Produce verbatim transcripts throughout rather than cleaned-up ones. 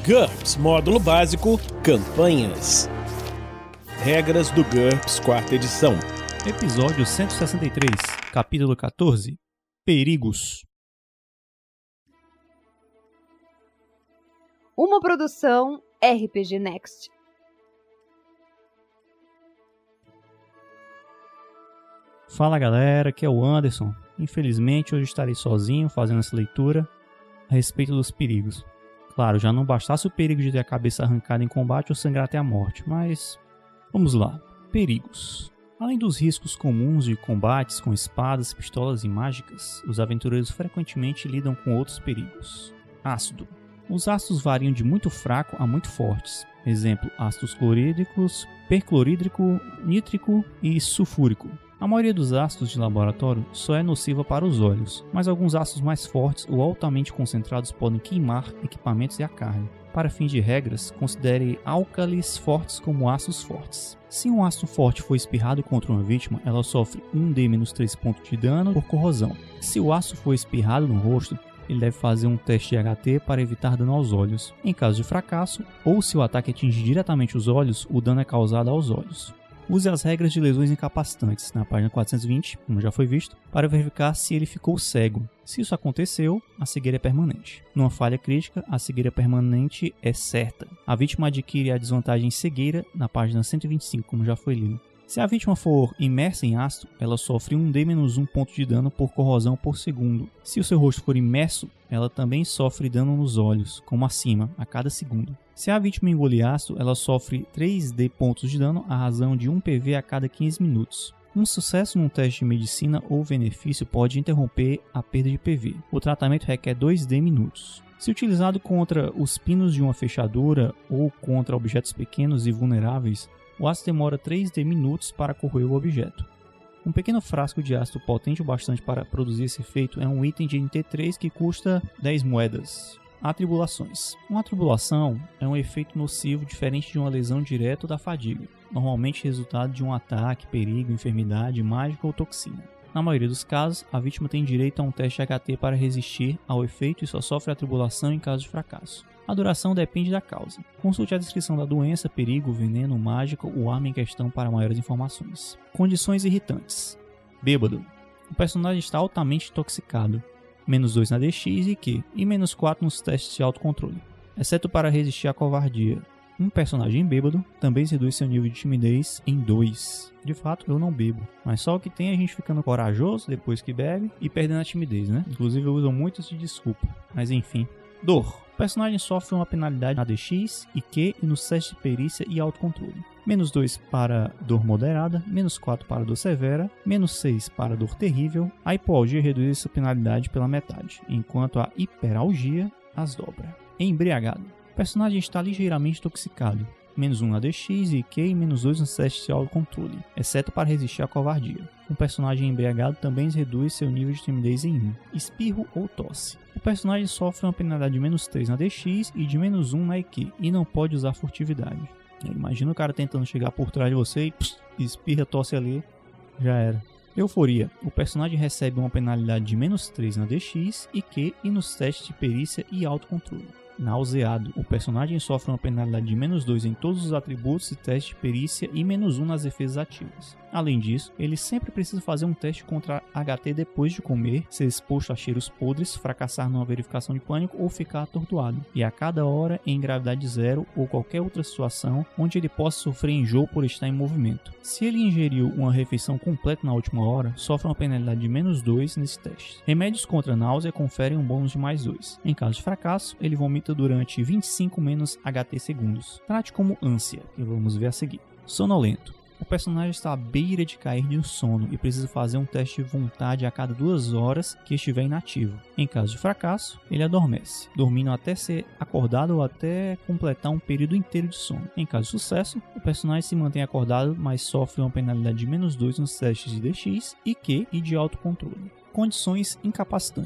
GURPS Módulo Básico Campanhas. Regras do GURPS Quarta Edição. Episódio cento e sessenta e três, Capítulo quatorze. Perigos. Uma produção R P G Next. Fala galera, aqui é o Anderson. Infelizmente hoje estarei sozinho fazendo essa leitura a respeito dos perigos. Claro, já não bastasse o perigo de ter a cabeça arrancada em combate ou sangrar até a morte, mas vamos lá. Perigos. Além dos riscos comuns de combates com espadas, pistolas e mágicas, os aventureiros frequentemente lidam com outros perigos. Ácido. Os ácidos variam de muito fraco a muito fortes. Exemplo, ácidos clorídricos, perclorídrico, nítrico e sulfúrico. A maioria dos ácidos de laboratório só é nociva para os olhos, mas alguns ácidos mais fortes ou altamente concentrados podem queimar equipamentos e a carne. Para fins de regras, considere álcalis fortes como ácidos fortes. Se um ácido forte for espirrado contra uma vítima, ela sofre um D menos três pontos de dano por corrosão. Se o ácido for espirrado no rosto, ele deve fazer um teste de H T para evitar dano aos olhos. Em caso de fracasso, ou se o ataque atingir diretamente os olhos, o dano é causado aos olhos. Use as regras de lesões incapacitantes, na página quatrocentos e vinte, como já foi visto, para verificar se ele ficou cego. Se isso aconteceu, a cegueira é permanente. Numa falha crítica, a cegueira permanente é certa. A vítima adquire a desvantagem cegueira, na página cento e vinte e cinco, como já foi lido. Se a vítima for imersa em ácido, ela sofre um D menos um ponto de dano por corrosão por segundo. Se o seu rosto for imerso, ela também sofre dano nos olhos, como acima, a cada segundo. Se a vítima engolir ácido, ela sofre três D pontos de dano à razão de um P V a cada quinze minutos. Um sucesso num teste de medicina ou benefício pode interromper a perda de P V. O tratamento requer dois D minutos. Se utilizado contra os pinos de uma fechadura ou contra objetos pequenos e vulneráveis, o ácido demora três D minutos para corroer o objeto. Um pequeno frasco de ácido potente o bastante para produzir esse efeito é um item de N T três que custa dez moedas. Atribulações. Uma atribulação é um efeito nocivo diferente de uma lesão direta da fadiga, normalmente resultado de um ataque, perigo, enfermidade, mágica ou toxina. Na maioria dos casos, a vítima tem direito a um teste H T para resistir ao efeito e só sofre atribulação em caso de fracasso. A duração depende da causa. Consulte a descrição da doença, perigo, veneno, mágica ou arma em questão para maiores informações. Condições irritantes. Bêbado. O personagem está altamente intoxicado. menos dois na D X e Q, e menos quatro nos testes de autocontrole, exceto para resistir à covardia. Um personagem bêbado também reduz seu nível de timidez em dois. De fato, eu não bebo, mas só o que tem é a gente ficando corajoso depois que bebe e perdendo a timidez, né? Inclusive eu uso muito isso de desculpa, mas enfim. Dor. O personagem sofre uma penalidade na D X e Q e nos testes de perícia e autocontrole. menos dois para dor moderada, menos quatro para dor severa, menos seis para dor terrível. A hipoalgia reduz essa penalidade pela metade, enquanto a hiperalgia as dobra. Embriagado. O personagem está ligeiramente intoxicado. menos um na D X e Q e menos dois nos testes de autocontrole, exceto para resistir à covardia. Um personagem embriagado também reduz seu nível de timidez em um. Espirro ou tosse. O personagem sofre uma penalidade de menos três na D X e de menos um na E Q e não pode usar furtividade. Imagina o cara tentando chegar por trás de você e pss, espirra, tosse ali, já era. Euforia. O personagem recebe uma penalidade de menos três na D X e Q e nos testes de perícia e autocontrole. Nauseado. O personagem sofre uma penalidade de menos dois em todos os atributos e testes de perícia e menos um nas defesas ativas. Além disso, ele sempre precisa fazer um teste contra H T depois de comer, ser exposto a cheiros podres, fracassar numa verificação de pânico ou ficar atordoado. E a cada hora em gravidade zero ou qualquer outra situação onde ele possa sofrer enjoo por estar em movimento. Se ele ingeriu uma refeição completa na última hora, sofre uma penalidade de menos dois nesse teste. Remédios contra náusea conferem um bônus de mais dois. Em caso de fracasso, ele vomita durante vinte e cinco menos H T segundos. Trate como ânsia, que vamos ver a seguir. Sonolento. O personagem está à beira de cair de um sono e precisa fazer um teste de vontade a cada duas horas que estiver inativo. Em caso de fracasso, ele adormece, dormindo até ser acordado ou até completar um período inteiro de sono. Em caso de sucesso, o personagem se mantém acordado, mas sofre uma penalidade de menos dois nos testes de D X, I Q e de autocontrole. Condições incapacitantes.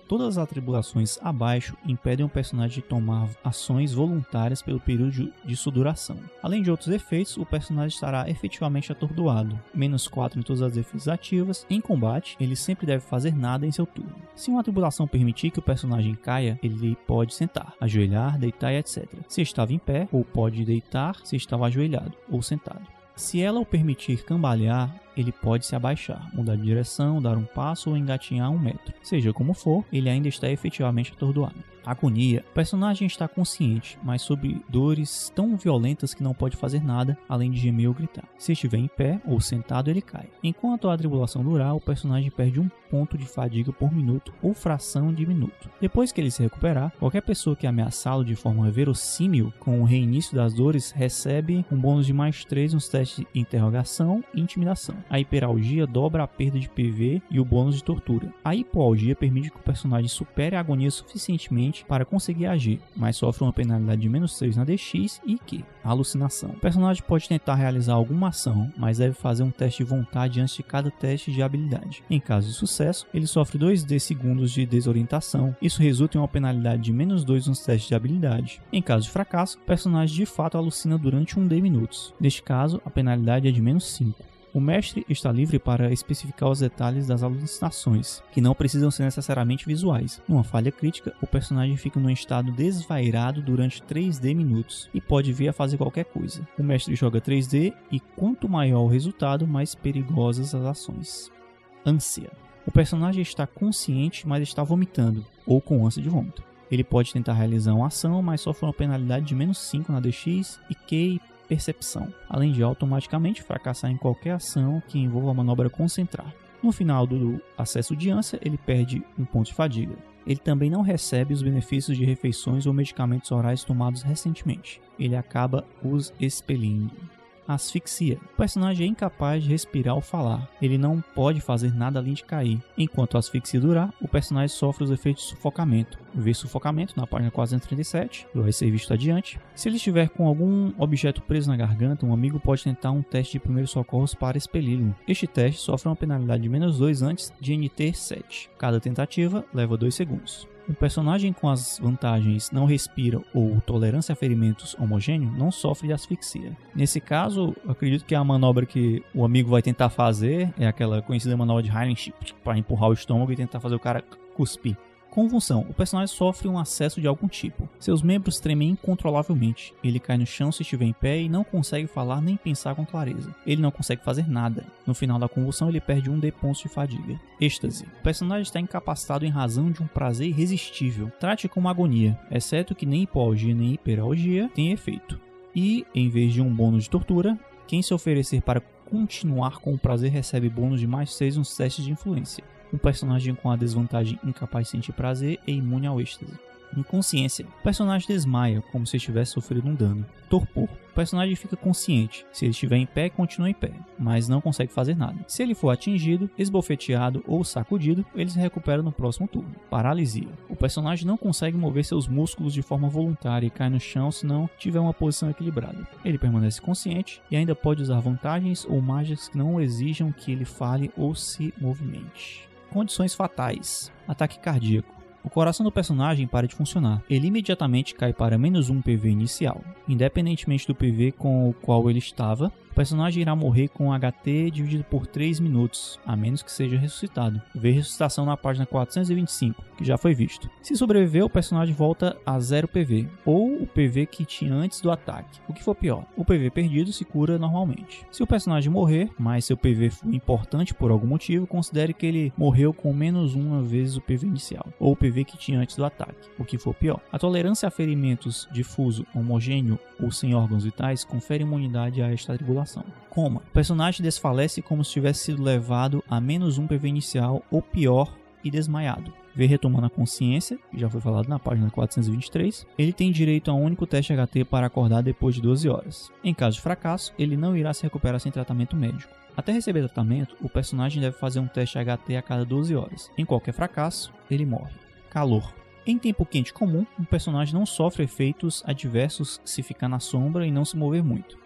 Todas as atribulações abaixo impedem o personagem de tomar ações voluntárias pelo período de sua duração. Além de outros efeitos, o personagem estará efetivamente atordoado. Menos quatro em todas as defesas ativas. Em combate, ele sempre deve fazer nada em seu turno. Se uma atribulação permitir que o personagem caia, ele pode sentar, ajoelhar, deitar e etcétera. Se estava em pé, ou pode deitar se estava ajoelhado ou sentado. Se ela o permitir cambalear, ele pode se abaixar, mudar de direção, dar um passo ou engatinhar um metro. Seja como for, ele ainda está efetivamente atordoado. Agonia. O personagem está consciente, mas sob dores tão violentas que não pode fazer nada além de gemer ou gritar. Se estiver em pé ou sentado, ele cai. Enquanto a atribulação durar, o personagem perde um ponto de fadiga por minuto ou fração de minuto. Depois que ele se recuperar, qualquer pessoa que ameaçá-lo de forma verossímil com o reinício das dores recebe um bônus de mais três nos testes de interrogação e intimidação. A hiperalgia dobra a perda de P V e o bônus de tortura. A hipoalgia permite que o personagem supere a agonia suficientemente para conseguir agir, mas sofre uma penalidade de menos três na D X e Q. Alucinação. O personagem pode tentar realizar alguma ação, mas deve fazer um teste de vontade antes de cada teste de habilidade. Em caso de sucesso, ele sofre dois D segundos de desorientação. Isso resulta em uma penalidade de menos dois nos testes de habilidade. Em caso de fracasso, o personagem de fato alucina durante um D minutos. Neste caso, a penalidade é de menos cinco. O mestre está livre para especificar os detalhes das alucinações, que não precisam ser necessariamente visuais. Numa falha crítica, o personagem fica num estado desvairado durante três D minutos e pode vir a fazer qualquer coisa. O mestre joga três D e quanto maior o resultado, mais perigosas as ações. Ânsia. O personagem está consciente, mas está vomitando, ou com ânsia de vômito. Ele pode tentar realizar uma ação, mas sofre uma penalidade de menos cinco na D X e Q e percepção, além de automaticamente fracassar em qualquer ação que envolva a manobra concentrar. No final do acesso de ânsia, ele perde um ponto de fadiga. Ele também não recebe os benefícios de refeições ou medicamentos orais tomados recentemente. Ele acaba os expelindo. Asfixia. O personagem é incapaz de respirar ou falar. Ele não pode fazer nada além de cair. Enquanto a asfixia durar, o personagem sofre os efeitos de sufocamento. Vê sufocamento na página quatrocentos e trinta e sete, vai ser visto adiante. Se ele estiver com algum objeto preso na garganta, um amigo pode tentar um teste de primeiros socorros para expeli-lo. Este teste sofre uma penalidade de menos dois antes de N T sete. Cada tentativa leva dois segundos. Um personagem com as vantagens não respira ou tolerância a ferimentos homogêneo não sofre de asfixia. Nesse caso, acredito que a manobra que o amigo vai tentar fazer é aquela conhecida manobra de Highland Ship, para empurrar o estômago e tentar fazer o cara cuspir. Convulsão. O personagem sofre um acesso de algum tipo. Seus membros tremem incontrolavelmente. Ele cai no chão se estiver em pé e não consegue falar nem pensar com clareza. Ele não consegue fazer nada. No final da convulsão, ele perde um D pontos de fadiga. Êxtase. O personagem está incapacitado em razão de um prazer irresistível. Trate como agonia, exceto que nem hipoalgia nem hiperalgia tem efeito. E, em vez de um bônus de tortura, quem se oferecer para continuar com o prazer recebe bônus de mais seis nos testes de influência. Um personagem com a desvantagem incapaz de sentir prazer é imune ao êxtase. Inconsciência. O personagem desmaia, como se estivesse sofrendo um dano. Torpor. O personagem fica consciente. Se ele estiver em pé, continua em pé, mas não consegue fazer nada. Se ele for atingido, esbofeteado ou sacudido, ele se recupera no próximo turno. Paralisia. O personagem não consegue mover seus músculos de forma voluntária e cai no chão se não tiver uma posição equilibrada. Ele permanece consciente e ainda pode usar vantagens ou mágicas que não exijam que ele fale ou se movimente. Condições fatais. Ataque cardíaco. O coração do personagem para de funcionar. Ele imediatamente cai para menos um P V inicial. Independentemente do P V com o qual ele estava, o personagem irá morrer com H T dividido por três minutos, a menos que seja ressuscitado. Vê ressuscitação na página quatrocentos e vinte e cinco, que já foi visto. Se sobreviver, o personagem volta a zero P V, ou o P V que tinha antes do ataque. O que for pior, o P V perdido se cura normalmente. Se o personagem morrer, mas seu P V for importante por algum motivo, considere que ele morreu com menos uma vezes o P V inicial, ou o P V que tinha antes do ataque. O que for pior. A tolerância a ferimentos difuso, homogêneo ou sem órgãos vitais confere imunidade a esta atribulação. Coma. O personagem desfalece como se tivesse sido levado a menos um P V inicial ou pior e desmaiado. Vê retomando a consciência, que já foi falado na página quatrocentos e vinte e três. Ele tem direito a um único teste H T para acordar depois de doze horas. Em caso de fracasso, ele não irá se recuperar sem tratamento médico. Até receber tratamento, o personagem deve fazer um teste H T a cada doze horas. Em qualquer fracasso, ele morre. Calor. Em tempo quente comum, um personagem não sofre efeitos adversos se ficar na sombra e não se mover muito.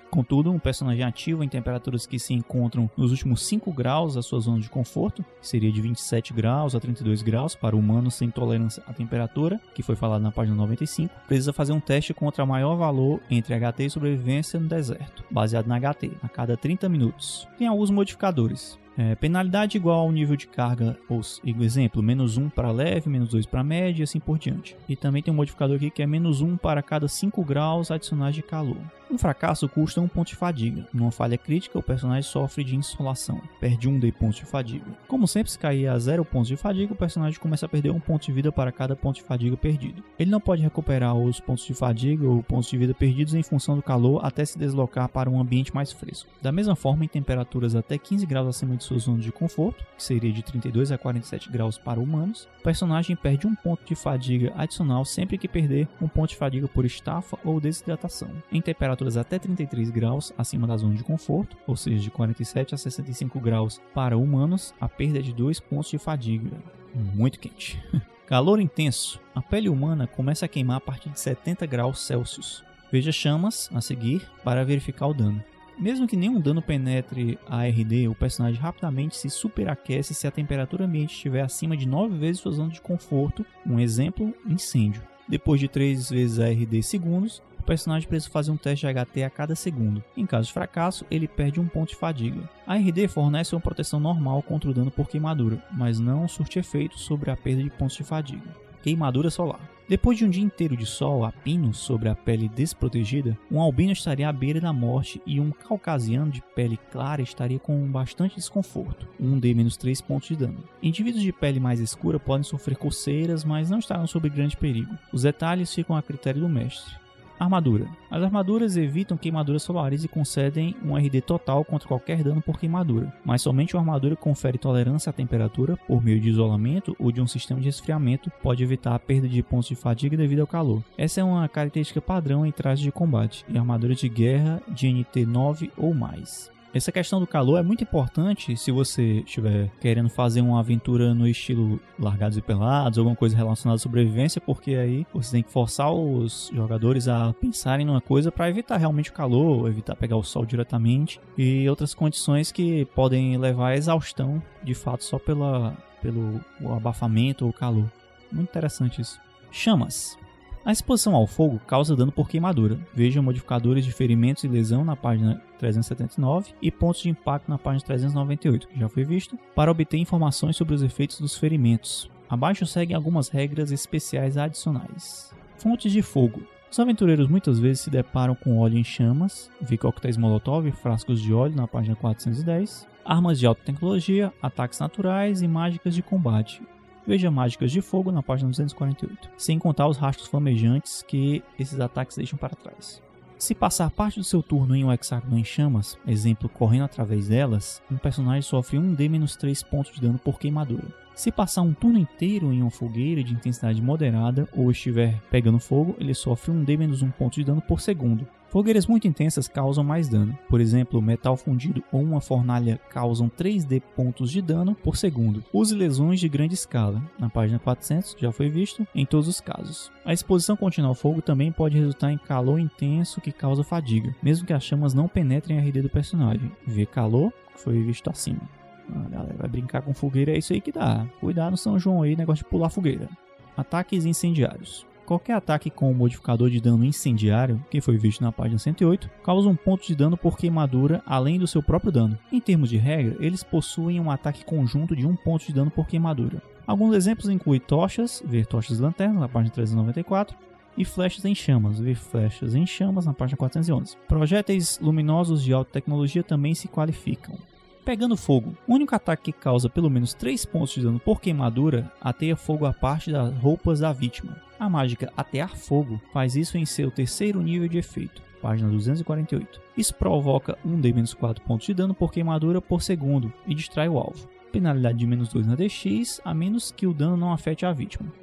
Contudo, um personagem ativo em temperaturas que se encontram nos últimos cinco graus da sua zona de conforto, que seria de vinte e sete graus a trinta e dois graus para humanos sem tolerância à temperatura, que foi falado na página noventa e cinco, precisa fazer um teste contra maior valor entre H T e sobrevivência no deserto, baseado na H T, a cada trinta minutos. Tem alguns modificadores. É, penalidade igual ao nível de carga, ou exemplo, menos um para leve, menos dois para média e assim por diante. E também tem um modificador aqui que é menos um para cada cinco graus adicionais de calor. Um fracasso custa um ponto de fadiga. Numa falha crítica, o personagem sofre de insolação, perde um D pontos de fadiga. Como sempre, se cair a zero pontos de fadiga, o personagem começa a perder um ponto de vida para cada ponto de fadiga perdido. Ele não pode recuperar os pontos de fadiga ou pontos de vida perdidos em função do calor até se deslocar para um ambiente mais fresco. Da mesma forma, em temperaturas até quinze graus acima de sua zona de conforto, que seria de trinta e dois a quarenta e sete graus para humanos, o personagem perde um ponto de fadiga adicional sempre que perder um ponto de fadiga por estafa ou desidratação. Em temperaturas até trinta e três graus acima da zona de conforto, ou seja, de quarenta e sete a sessenta e cinco graus para humanos, a perda é de dois pontos de fadiga. Muito quente. Calor intenso. A pele humana começa a queimar a partir de setenta graus Celsius. Veja chamas a seguir para verificar o dano. Mesmo que nenhum dano penetre a R D, o personagem rapidamente se superaquece se a temperatura ambiente estiver acima de nove vezes sua zona de conforto, um exemplo, incêndio. Depois de três vezes a R D segundos, o personagem precisa fazer um teste de H T a cada segundo. Em caso de fracasso, ele perde um ponto de fadiga. A R D fornece uma proteção normal contra o dano por queimadura, mas não surte efeito sobre a perda de pontos de fadiga. Queimadura solar. Depois de um dia inteiro de sol a pino sobre a pele desprotegida, um albino estaria à beira da morte e um caucasiano de pele clara estaria com bastante desconforto, um D menos três pontos de dano. Indivíduos de pele mais escura podem sofrer coceiras, mas não estarão sob grande perigo. Os detalhes ficam a critério do mestre. Armadura. As armaduras evitam queimaduras solares e concedem um R D total contra qualquer dano por queimadura, mas somente uma armadura que confere tolerância à temperatura por meio de isolamento ou de um sistema de resfriamento pode evitar a perda de pontos de fadiga devido ao calor. Essa é uma característica padrão em trajes de combate e armaduras de guerra de N T nove ou mais. Essa questão do calor é muito importante se você estiver querendo fazer uma aventura no estilo Largados e Pelados, alguma coisa relacionada à sobrevivência, porque aí você tem que forçar os jogadores a pensarem numa coisa para evitar realmente o calor, evitar pegar o sol diretamente e outras condições que podem levar à exaustão, de fato, só pela, pelo o abafamento ou calor. Muito interessante isso. Chamas. A exposição ao fogo causa dano por queimadura. Veja modificadores de ferimentos e lesão na página trezentos e setenta e nove e pontos de impacto na página trezentos e noventa e oito, que já foi visto, para obter informações sobre os efeitos dos ferimentos. Abaixo seguem algumas regras especiais adicionais. Fontes de fogo. Os aventureiros muitas vezes se deparam com óleo em chamas, vê coquetéis molotov e frascos de óleo na página quatrocentos e dez, armas de alta tecnologia, ataques naturais e mágicas de combate. Veja mágicas de fogo na página duzentos e quarenta e oito, sem contar os rastros flamejantes que esses ataques deixam para trás. Se passar parte do seu turno em um hexágono em chamas, exemplo, correndo através delas, um personagem sofre um D menos três pontos de dano por queimadura. Se passar um turno inteiro em uma fogueira de intensidade moderada ou estiver pegando fogo, ele sofre um D menos um ponto de dano por segundo. Fogueiras muito intensas causam mais dano. Por exemplo, metal fundido ou uma fornalha causam três D pontos de dano por segundo. Use lesões de grande escala. Na página quatrocentos, já foi visto, em todos os casos. A exposição contínua ao fogo também pode resultar em calor intenso que causa fadiga, mesmo que as chamas não penetrem a R D do personagem. Vê calor, que foi visto acima. A galera vai brincar com fogueira, é isso aí que dá. Cuidado no São João aí, negócio de pular fogueira. Ataques incendiários. Qualquer ataque com o modificador de dano incendiário, que foi visto na página cento e oito, causa um ponto de dano por queimadura além do seu próprio dano. Em termos de regra, eles possuem um ataque conjunto de um ponto de dano por queimadura. Alguns exemplos incluem tochas, ver tochas e lanternas na página trezentos e noventa e quatro, e flechas em chamas, ver flechas em chamas na página quatrocentos e onze. Projéteis luminosos de alta tecnologia também se qualificam. Pegando fogo. O único ataque que causa pelo menos três pontos de dano por queimadura ateia fogo a parte das roupas da vítima. A mágica Atear Fogo faz isso em seu terceiro nível de efeito, página duzentos e quarenta e oito. Isso provoca um D menos quatro pontos de dano por queimadura por segundo e distrai o alvo. Penalidade de menos dois na D X, a menos que o dano não afete a vítima.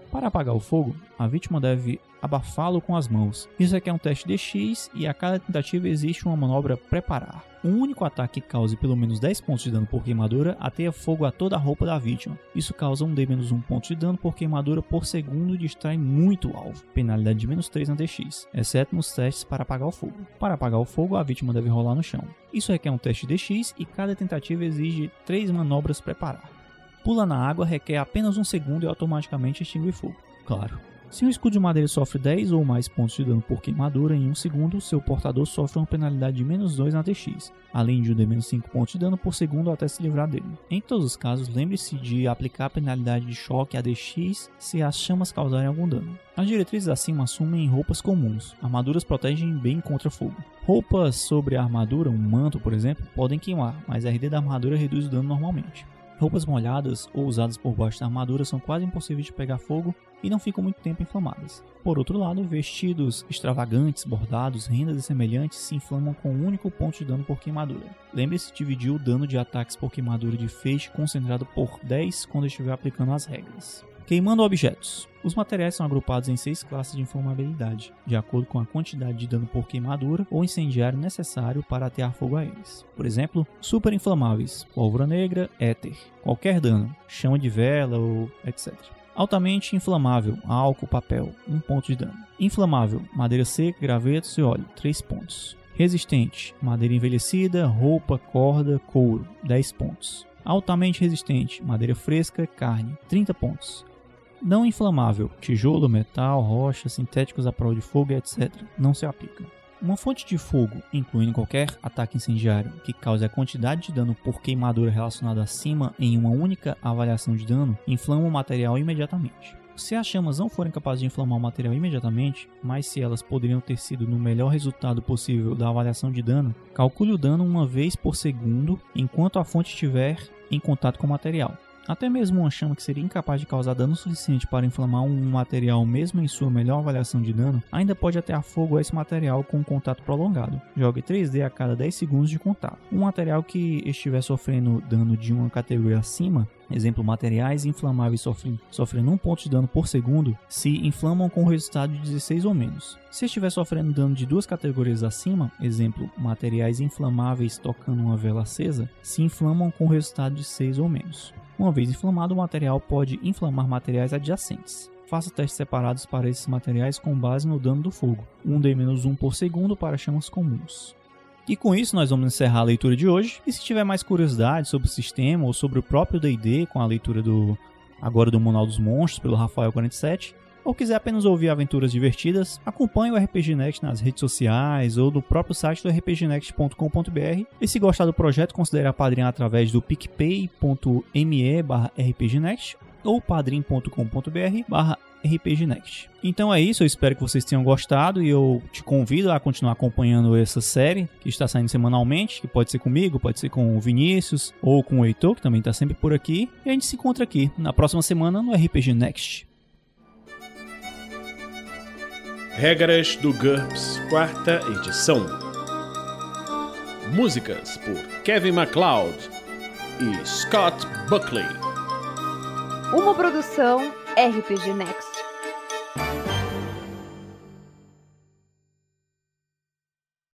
Para apagar o fogo, a vítima deve abafá-lo com as mãos. Isso aqui é um teste D X e a cada tentativa existe uma manobra preparar. Um único ataque que cause pelo menos dez pontos de dano por queimadura ateia fogo a toda a roupa da vítima. Isso causa um D menos um ponto de dano por queimadura por segundo e distrai muito o alvo. Penalidade de menos três na D X, exceto nos testes para apagar o fogo. Para apagar o fogo, a vítima deve rolar no chão. Isso requer um teste D X e cada tentativa exige três manobras preparar. Pula na água requer apenas um segundo e automaticamente extingue fogo. Claro. Se um escudo de madeira sofre dez ou mais pontos de dano por queimadura em um segundo, seu portador sofre uma penalidade de menos dois na D X, além de um D menos cinco pontos de dano por segundo até se livrar dele. Em todos os casos, lembre-se de aplicar a penalidade de choque a D X se as chamas causarem algum dano. As diretrizes acima assumem roupas comuns. Armaduras protegem bem contra fogo. Roupas sobre a armadura, um manto por exemplo, podem queimar, mas a R D da armadura reduz o dano normalmente. Roupas molhadas ou usadas por baixo da armadura são quase impossíveis de pegar fogo e não ficam muito tempo inflamadas. Por outro lado, vestidos extravagantes, bordados, rendas e semelhantes se inflamam com um único ponto de dano por queimadura. Lembre-se de dividir o dano de ataques por queimadura de feixe concentrado por dez quando estiver aplicando as regras. Queimando objetos. Os materiais são agrupados em seis classes de inflamabilidade, de acordo com a quantidade de dano por queimadura ou incendiário necessário para atear fogo a eles. Por exemplo, super inflamáveis, pólvora negra, éter, qualquer dano, chama de vela ou etcétera. Altamente inflamável, álcool, papel, um ponto de dano. Inflamável, madeira seca, gravetos e óleo, três pontos. Resistente, madeira envelhecida, roupa, corda, couro, dez pontos. Altamente resistente, madeira fresca, carne, trinta pontos. Não inflamável, tijolo, metal, rocha, sintéticos à prova de fogo, etcétera. Não se aplica. Uma fonte de fogo, incluindo qualquer ataque incendiário que cause a quantidade de dano por queimadura relacionada acima em uma única avaliação de dano, inflama o material imediatamente. Se as chamas não forem capazes de inflamar o material imediatamente, mas se elas poderiam ter sido no melhor resultado possível da avaliação de dano, calcule o dano uma vez por segundo enquanto a fonte estiver em contato com o material. Até mesmo uma chama que seria incapaz de causar dano suficiente para inflamar um material mesmo em sua melhor avaliação de dano, ainda pode atear fogo a esse material com um contato prolongado. Jogue três D a cada dez segundos de contato. Um material que estiver sofrendo dano de uma categoria acima, exemplo, materiais inflamáveis sofrendo, sofrendo um ponto de dano por segundo, se inflamam com resultado de dezesseis ou menos. Se estiver sofrendo dano de duas categorias acima, exemplo, materiais inflamáveis tocando uma vela acesa, se inflamam com resultado de seis ou menos. Uma vez inflamado, o material pode inflamar materiais adjacentes. Faça testes separados para esses materiais com base no dano do fogo, um D menos um por segundo para chamas comuns. E com isso nós vamos encerrar a leitura de hoje. E se tiver mais curiosidade sobre o sistema ou sobre o próprio D e D, com a leitura do agora do Manual dos Monstros pelo Rafael quarenta e sete, ou quiser apenas ouvir aventuras divertidas, acompanhe o R P G Next nas redes sociais ou no próprio site do r p g next ponto com ponto b r. E se gostar do projeto, considere apadrinhar através do picpay ponto me barra r p g next ou padrim ponto com ponto b r barra r p g next. Então é isso, eu espero que vocês tenham gostado e eu te convido a continuar acompanhando essa série que está saindo semanalmente, que pode ser comigo, pode ser com o Vinícius ou com o Heitor, que também está sempre por aqui. E a gente se encontra aqui na próxima semana no R P G Next. Regras do GURPS, quarta edição. Músicas por Kevin MacLeod e Scott Buckley. Uma produção R P G Next.